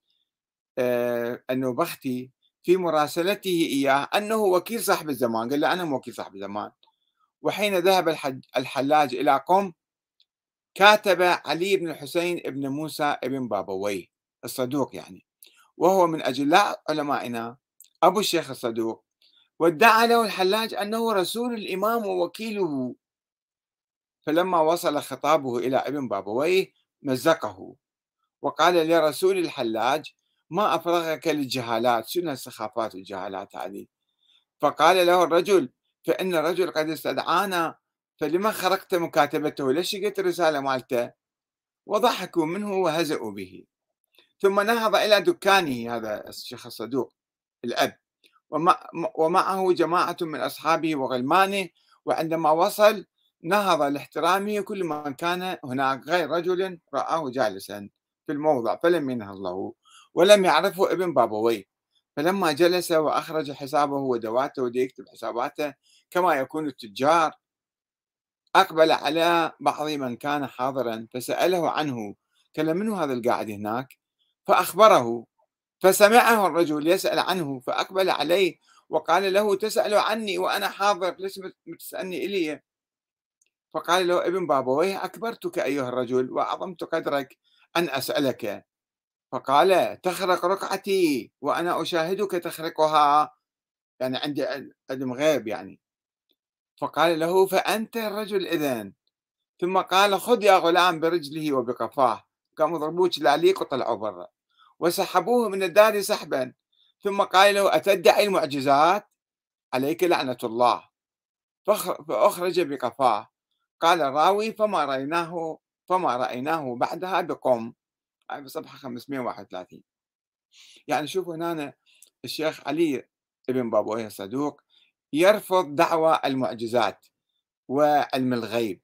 النوبختي في مراسلته إياه أنه وكيل صاحب الزمان، قال له أنا وكيل صاحب الزمان. وحين ذهب الحلاج إلى قم كاتب علي بن الحسين بن موسى بن بابويه الصدوق يعني، وهو من أجلاء علمائنا أبو الشيخ الصدوق، وادعى له الحلاج أنه رسول الإمام ووكيله. فلما وصل خطابه إلى ابن بابويه مزقه وقال لرسول الحلاج ما أفرغك للجهالات، شنو السخافات والجهالات هذه؟ فقال له الرجل فإن الرجل قد استدعانا فلما خرقت مكاتبته، ليش قلت الرسالة مالته؟ وضحكوا منه وهزأوا به. ثم نهض إلى دكانه هذا الشيخ الصدوق الأب ومعه جماعة من أصحابه وغلمانه، وعندما وصل نهض لاحترامه كل من كان هناك غير رجل رآه جالسا في الموضع فلم ينهض له ولم يعرفه ابن بابويه. فلما جلس وأخرج حسابه ودواته ودي يكتب حساباته كما يكون التجار، أقبل على بعض من كان حاضرا فسأله عنه، قال منه هذا القاعد هناك؟ فأخبره، فسمعه الرجل يسأل عنه فأقبل عليه وقال له تسأل عني وأنا حاضر، ليش تسألني إلي؟ فقال له ابن بابويه أكبرتك أيها الرجل وأعظمت قدرك أن أسألك. فقال تخرق رقعتي وأنا أشاهدك تخرقها، يعني عندي علم غيب يعني. فقال له فأنت الرجل إذن. ثم قال خذ يا غلام برجله وبقفاه، قاموا ضربوه لاليق وطلعوا برا وسحبوه من الدار سحبا. ثم قال له أتدعي المعجزات؟ عليك لعنة الله. فأخرج بقفاه. قال الراوي فما رأيناه بعدها بقوم، هاي بصفحة 531. يعني شوفوا هنا الشيخ علي ابن بابويه الصدوق يرفض دعوى المعجزات وعلم الغيب،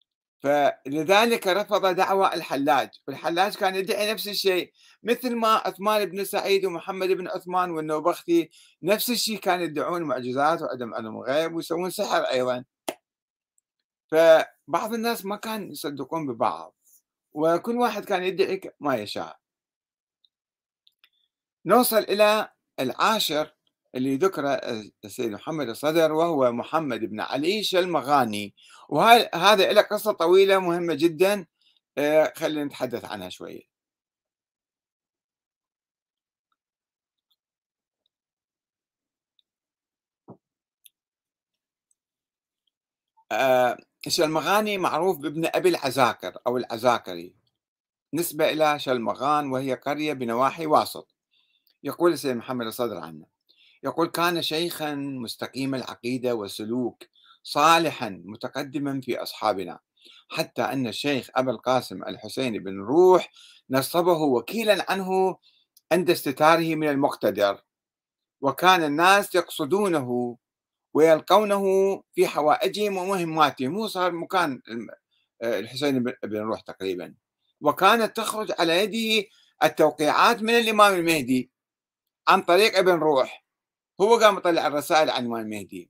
فلذلك رفض دعوى الحلاج، والحلاج كان يدعي نفس الشيء، مثل ما عثمان بن سعيد ومحمد بن عثمان والنوبختي نفس الشيء كانوا يدعون معجزات وعدم علم غيب ويسوون سحر أيضا. فبعض الناس ما كان يصدقون ببعض وكل واحد كان يدعي ما يشاء. نوصل إلى العاشر اللي ذكره السيد محمد الصدر، وهو محمد بن علي شلمغاني، وهذا له قصة طويلة مهمة جدا. خلينا نتحدث عنها شوية. شلمغاني معروف بابن أبي العزاكر أو العزاكري، نسبة إلى شلمغان وهي قرية بنواحي واسط. يقول السيد محمد الصدر عنه، يقول: كان شيخا مستقيم العقيدة والسلوك، صالحا متقدما في أصحابنا، حتى أن الشيخ أبا القاسم الحسين بن روح نصبه وكيلا عنه عند استتاره من المقتدر، وكان الناس يقصدونه ويلقونه في حوائجهم ومهماتهم. هو صار مكان الحسين بن روح تقريبا، وكانت تخرج على يده التوقيعات من الإمام المهدي عن طريق ابن روح. هو قام يطلع الرسائل عن الإمام المهدي.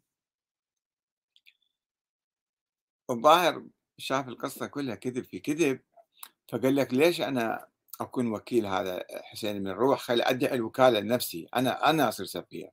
الظاهر شاف القصة كلها كذب في كذب، فقال لك ليش أنا أكون وكيل هذا حسين بن روح، خلي أدعي الوكالة لنفسي، أنا أصير سفير.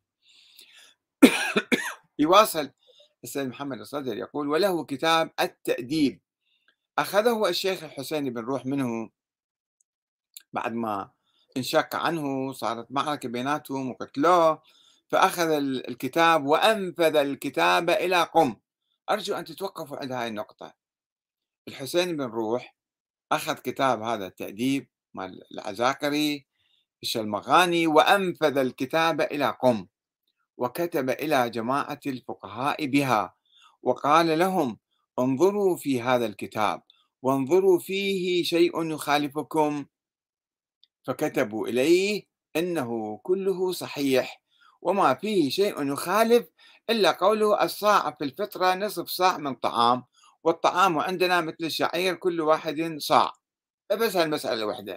يواصل السيد محمد الصدر يقول: وله كتاب التأديب، أخذه الشيخ الحسين بن روح منه بعد ما انشق عنه، صارت معركة بيناتهم وقتلوه، فأخذ الكتاب وأنفذ الكتاب إلى قم. أرجو أن تتوقفوا عند هذه النقطة. الحسين بن روح أخذ كتاب هذا التأديب مال العزاكري الشلمغاني وأنفذ الكتاب إلى قم، وكتب إلى جماعة الفقهاء بها، وقال لهم: انظروا في هذا الكتاب وانظروا فيه شيء يخالفكم. فكتبوا إليه إنه كله صحيح، وما فيه شيء يخالف إلا قوله: الصاع في الفطرة نصف صاع من طعام، والطعام عندنا مثل الشعير كل واحد صاع. بس هالمسألة الوحدة.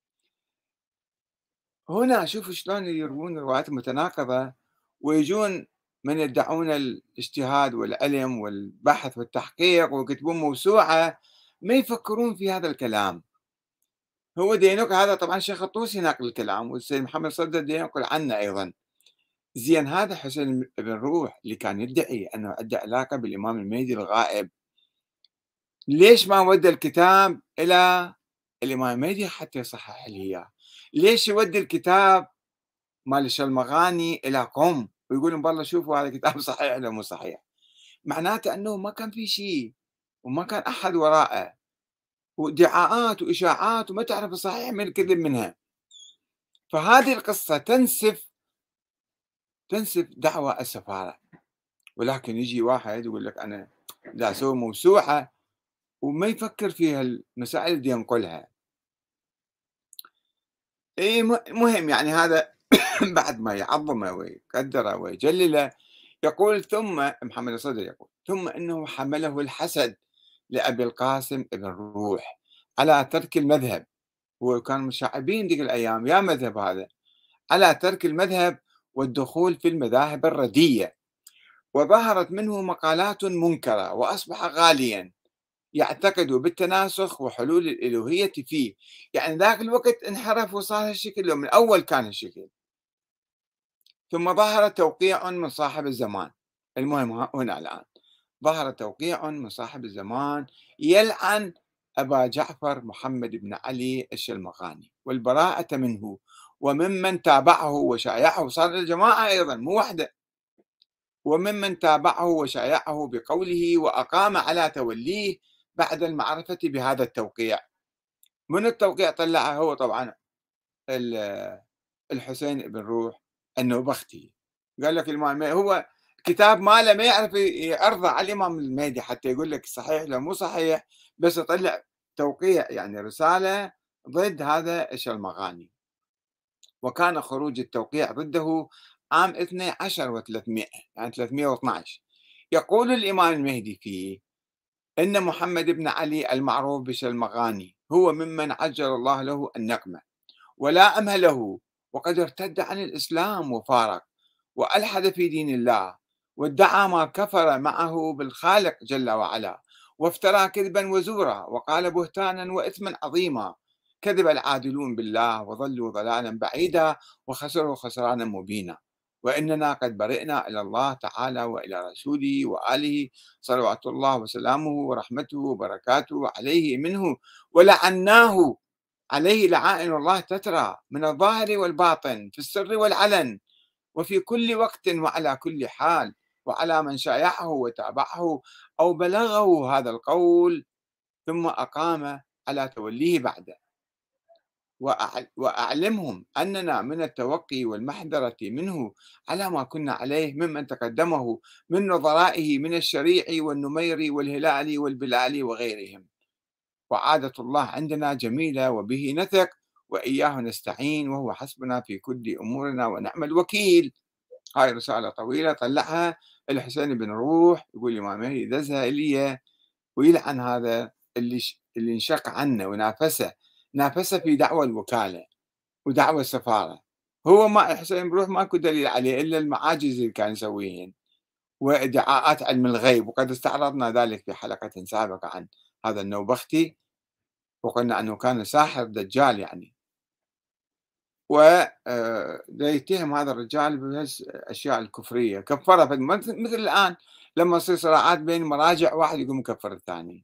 هنا شوفوا شلون يروون روايات متناقضة، ويجون من يدعون الاجتهاد والعلم والبحث والتحقيق ويكتبون موسوعة، ما يفكرون في هذا الكلام. هو دي ينقل هذا، طبعا الشيخ الطوسي ناقل الكلام، والسيد محمد صدر دي ينقل عنه أيضا. زين، هذا حسين بن روح اللي كان يدعي أنه عنده علاقة بالإمام المهدي الغائب، ليش ما ودى الكتاب إلى الإمام المهدي حتى يصحح لي إياه؟ ليش يودي الكتاب مال الشلمغاني إلى قم ويقول لهم والله شوفوا هذا الكتاب صحيح ولا مو صحيح؟ معناته أنه ما كان في شيء وما كان أحد وراءه، وادعاءات وإشاعات وما تعرف الصحيح من الكذب منها. فهذه القصة تنسف دعوى السفارة، ولكن يجي واحد يقول لك أنا دا أسوي موسوعة وما يفكر في هالمسائل اللي ينقلها. إيه مهم يعني هذا بعد ما يعظمه ويقدره ويجلله، يقول ثم محمد الصدر يقول: ثم إنه حمله الحسد لأبي القاسم ابن روح على ترك المذهب. هو كان مشعبين ذيك الأيام يا مذهب هذا، على ترك المذهب والدخول في المذاهب الردية، وظهرت منه مقالات منكرة، وأصبح غاليا يعتقد بالتناسخ وحلول الإلوهية فيه. يعني ذاك الوقت انحرف وصار هالشكل، من أول كان هالشكل. ثم ظهر توقيع من صاحب الزمان. المهم هنا الآن ظهر توقيع من صاحب الزمان يلعن أبا جعفر محمد بن علي الشلمغاني والبراءة منه وممن تابعه وشايعه. صار الجماعة أيضا مو وحده، وممن تابعه وشايعه بقوله وأقام على توليه بعد المعرفة بهذا التوقيع. من التوقيع طلعه هو طبعا الحسين بن روح النوبختي. قال لك الإمام هو كتاب ماله ما يعرف يعرضه على الإمام المهدي حتى يقول لك صحيح لا مو صحيح، بس يطلع توقيع يعني رسالة ضد هذا الشلمغاني. وكان خروج التوقيع ضده عام 12 و300، يعني 312. يقول الإمام المهدي فيه إن محمد بن علي المعروف بشلمغاني هو ممن عجل الله له النقمة ولا أمهله، وقد ارتد عن الإسلام وفارق وألحد في دين الله، وادعى ما كفر معه بالخالق جل وعلا، وافترى كذبا وزورا وقال بهتانا وإثما عظيما. كذب العادلون بالله وضلوا ضلالا بعيدا وخسروا خسرانا مبينا. وإننا قد برئنا إلى الله تعالى وإلى رسوله وآله صلوات الله وسلامه ورحمته وبركاته عليه منه، ولعناه عليه لعائن الله تترى من الظاهر والباطن في السر والعلن وفي كل وقت وعلى كل حال، وعلى من شايعه وتابعه أو بلغه هذا القول ثم أقام على توليه بعده. وأعلمهم أننا من التوقي والمحذرة منه على ما كنا عليه ممن تقدمه من نظرائه من الشريع والنمير والهلال والبلال وغيرهم. وعادة الله عندنا جميلة وبه نثق وإياه نستعين وهو حسبنا في كل أمورنا ونعم الوكيل. هاي رسالة طويلة طلعها الحسين بن روح، يقول الإمام مهدي دزها إلي ويلعن هذا اللي انشق عنه ونافسه، نافسه في دعوى الوكالة ودعوى السفارة. هو ما الحسين بن روح ماكو دليل عليه إلا المعاجز اللي كان يسويهن وادعاءات علم الغيب، وقد استعرضنا ذلك في حلقة سابقة عن هذا النوبختي وقلنا أنه كان ساحر دجال يعني. ويتهم هذا الرجال بالأشياء الكفرية، كفره مثل الآن لما تصير صراعات بين مراجع واحد يقوم مكفر الثاني.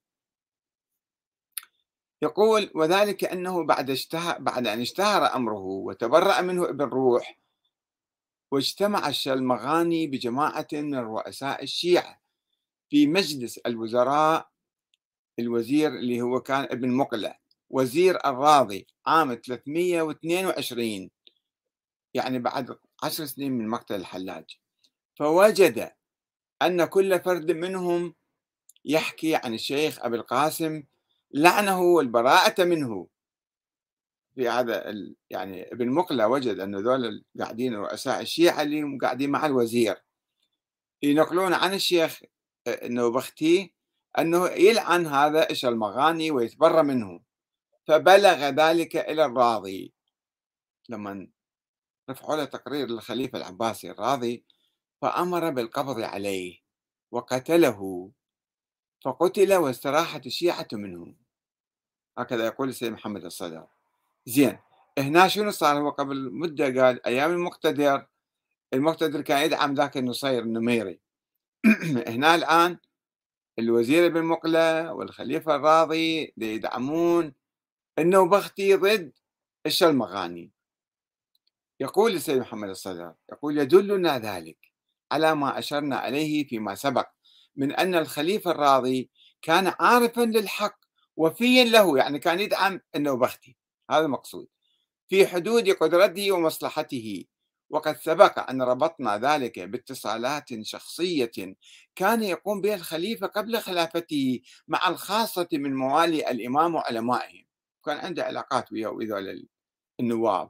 يقول وذلك أنه بعد أن اشتهر أمره وتبرأ منه ابن روح، واجتمع الشلمغاني بجماعة من رؤساء الشيعة في مجلس الوزراء، الوزير اللي هو كان ابن مقلة وزير الراضي عام 322، يعني بعد 10 سنين من مقتل الحلاج. فوجد أن كل فرد منهم يحكي عن الشيخ أبي القاسم لعنه والبراءة منه. في هذا يعني ابن مقلة وجد أن ذول قاعدين رؤساء الشيعة اللي قاعدين مع الوزير ينقلون عن الشيخ النوبختي أنه يلعن هذا الشلمغاني ويتبرى منه. فبلغ ذلك إلى الراضي، لما رفعوا له تقرير للخليفة العباسي الراضي فأمر بالقبض عليه وقتله، فقتل واستراحت الشيعة منه. هكذا يقول السيد محمد الصدر. زين، هنا شنو صار؟ هو قبل مدة قال أيام المقتدر كان يدعم ذاك النصير النميري. هنا الآن الوزير بن مقلة والخليفة الراضي يدعمون النوبختي ضد الشلمغاني. يقول السيد محمد الصدر، يقول يدلنا ذلك على ما أشرنا عليه فيما سبق من أن الخليفة الراضي كان عارفا للحق وفيا له، يعني كان يدعم النوبختي، هذا المقصود، في حدود قدرته ومصلحته. وقد سبق أن ربطنا ذلك باتصالات شخصية كان يقوم بها الخليفة قبل خلافته مع الخاصة من موالي الإمام وعلمائهم، كان عنده علاقات ويا النواب.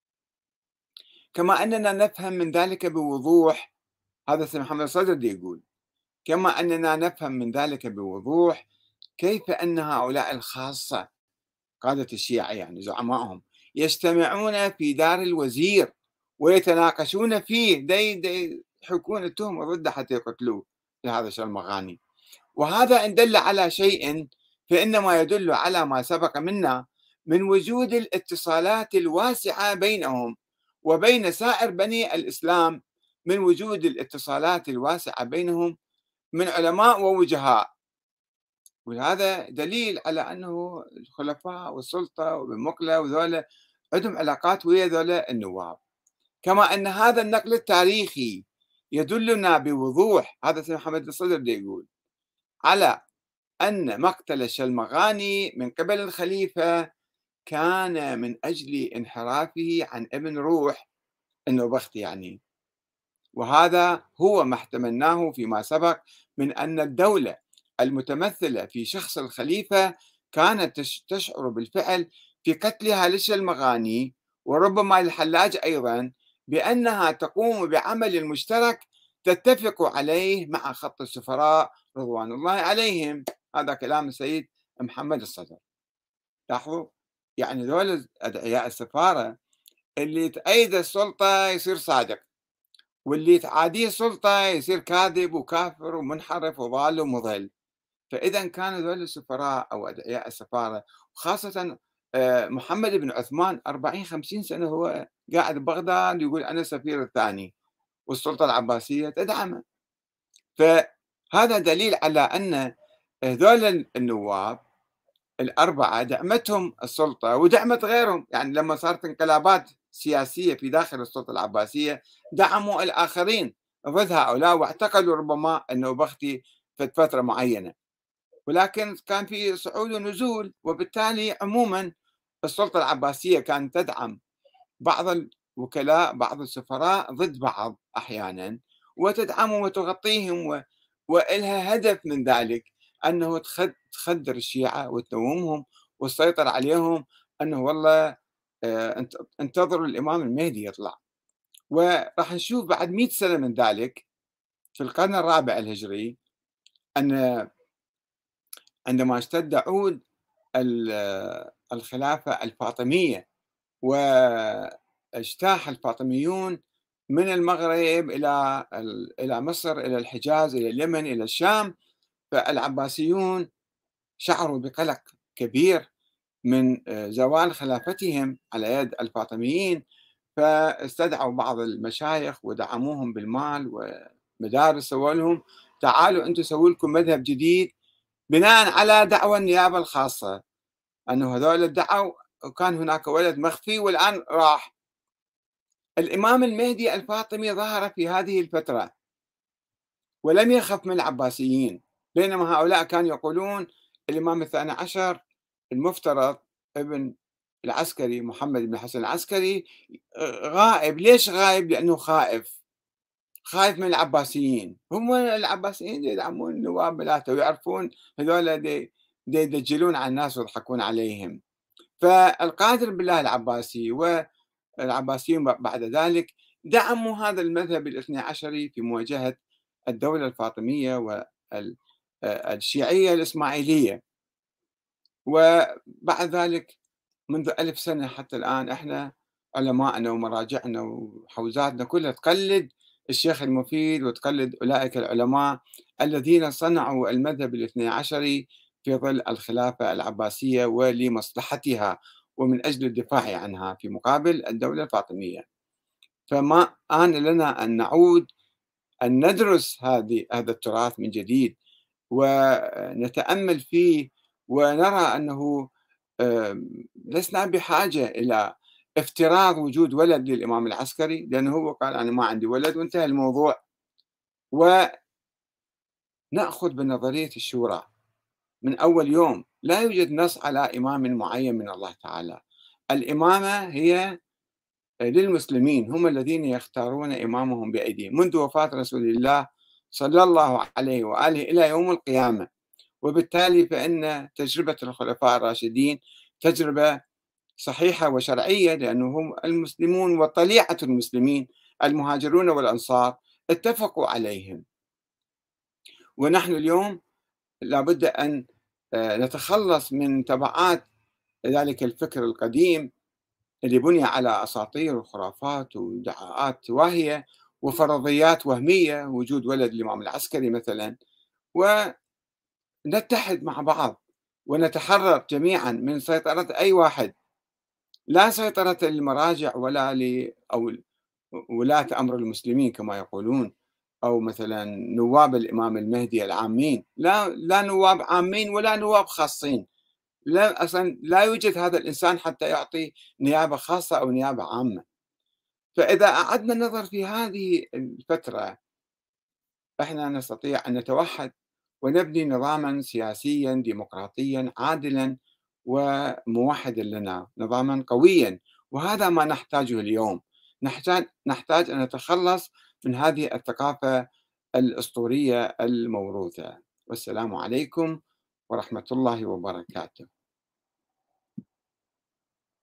كما أننا نفهم من ذلك بوضوح، هذا سيد محمد الصدر يقول كما أننا نفهم من ذلك بوضوح كيف أن هؤلاء الخاصة قادة الشيعة يعني زعمائهم يجتمعون في دار الوزير ويتناقشون فيه، دي يحكون التهمة ضده حتى يقتلوه لهذا الشلمغاني. وهذا إن دل على شيء فإنما يدل على ما سبق منا من وجود الاتصالات الواسعة بينهم وبين سائر بني الإسلام، من وجود الاتصالات الواسعة بينهم من علماء ووجهاء. وهذا دليل على أنه الخلفاء والسلطة وابن مقلة وذولا عندهم علاقات ويا ذولا النواب. كما أن هذا النقل التاريخي يدلنا بوضوح، هذا سيد محمد الصدر يقول، على أن مقتل الشلمغاني من قبل الخليفة كان من أجل انحرافه عن ابن روح النوبختي يعني. وهذا هو ما احتملناه فيما سبق من أن الدولة المتمثلة في شخص الخليفة كانت تشعر بالفعل في قتلها للشلمغاني وربما للحلاج أيضا بأنها تقوم بعمل مشترك تتفق عليه مع خط السفراء رضوان الله عليهم. هذا كلام السيد محمد الصدر. لاحظوا، يعني ذول أدعياء السفارة اللي تأيد السلطة يصير صادق، واللي تعاديه السلطة يصير كاذب وكافر ومنحرف وضال ومضل. فإذا كانوا ذول السفراء أو أدعياء السفارة، وخاصة محمد بن عثمان 40 50 سنة هو قاعد ببغداد يقول أنا السفير الثاني، والسلطة العباسية تدعمه. فهذا دليل على أن هذول النواب الأربعة دعمتهم السلطة ودعمت غيرهم، يعني لما صارت انقلابات سياسية في داخل السلطة العباسية دعموا الآخرين ضد هؤلاء، واعتقلوا ربما النوبختي في فترة معينة، ولكن كان في صعود ونزول، وبالتالي عموما السلطة العباسية كانت تدعم بعض الوكلاء بعض السفراء ضد بعض أحيانا، وتدعمهم وتغطيهم وإلها هدف من ذلك أنه تخدر الشيعة وتنومهم والسيطرة عليهم، أنه والله انتظروا الإمام المهدي يطلع. وراح نشوف بعد 100 سنة من ذلك في القرن الرابع الهجري أن عندما اشتد عود الخلافة الفاطمية واجتاح الفاطميون من المغرب إلى مصر إلى الحجاز إلى اليمن إلى الشام، فالعباسيون شعروا بقلق كبير من زوال خلافتهم على يد الفاطميين، فاستدعوا بعض المشايخ ودعموهم بالمال ومدارس، سووا لهم تعالوا أنتم سووا لكم مذهب جديد بناء على دعوى النيابة الخاصة، أنه هذول ادعوا وكان هناك ولد مخفي والآن راح. الإمام المهدي الفاطمي ظهر في هذه الفترة ولم يخف من العباسيين، بينما هؤلاء كانوا يقولون الإمام الثاني عشر المفترض ابن العسكري محمد بن حسن العسكري غائب. ليش غائب؟ لأنه خايف من العباسيين، هم العباسيين يدعمون النواب ملاته ويعرفون هذول يدجلون على الناس ويضحكون عليهم. فالقادر بالله العباسي والعباسيين بعد ذلك دعموا هذا المذهب الاثني عشري في مواجهة الدولة الفاطمية والشيعية الإسماعيلية. وبعد ذلك منذ 1000 سنة حتى الآن احنا علماءنا ومراجعنا وحوزاتنا كلها تقلد الشيخ المفيد وتقلد أولئك العلماء الذين صنعوا المذهب الاثني عشري في ظل الخلافة العباسية ولمصلحتها ومن أجل الدفاع عنها في مقابل الدولة الفاطمية. فما آن لنا أن نعود أن ندرس هذا التراث من جديد ونتأمل فيه ونرى أنه لسنا بحاجة إلى افتراض وجود ولد للإمام العسكري، لأنه هو قال أنا ما عندي ولد وانتهى الموضوع، ونأخذ بنظرية الشورى من أول يوم. لا يوجد نص على إمام معين من الله تعالى، الإمامة هي للمسلمين، هم الذين يختارون إمامهم بأيديهم منذ وفاة رسول الله صلى الله عليه وآله إلى يوم القيامة. وبالتالي فإن تجربة الخلفاء الراشدين تجربة صحيحة وشرعية، لأنهم المسلمون وطليعة المسلمين المهاجرون والأنصار اتفقوا عليهم. ونحن اليوم لابد أن نتخلص من تبعات ذلك الفكر القديم اللي بني على أساطير وخرافات وادعاءات واهية وفرضيات وهمية، وجود ولد الإمام العسكري مثلا، ونتحد مع بعض ونتحرر جميعا من سيطرة أي واحد، لا سيطرة للمراجع ولا أو ولاة أمر المسلمين كما يقولون، أو مثلا نواب الإمام المهدي العامين، لا نواب عامين ولا نواب خاصين، لا أصلا لا يوجد هذا الإنسان حتى يعطي نيابة خاصة أو نيابة عامة. فإذا أعدنا النظر في هذه الفترة احنا نستطيع أن نتوحد ونبني نظاما سياسيا ديمقراطيا عادلا وموحدا لنا، نظاما قويا، وهذا ما نحتاجه اليوم. نحتاج أن نتخلص من هذه الثقافة الأسطورية الموروثة. والسلام عليكم ورحمة الله وبركاته.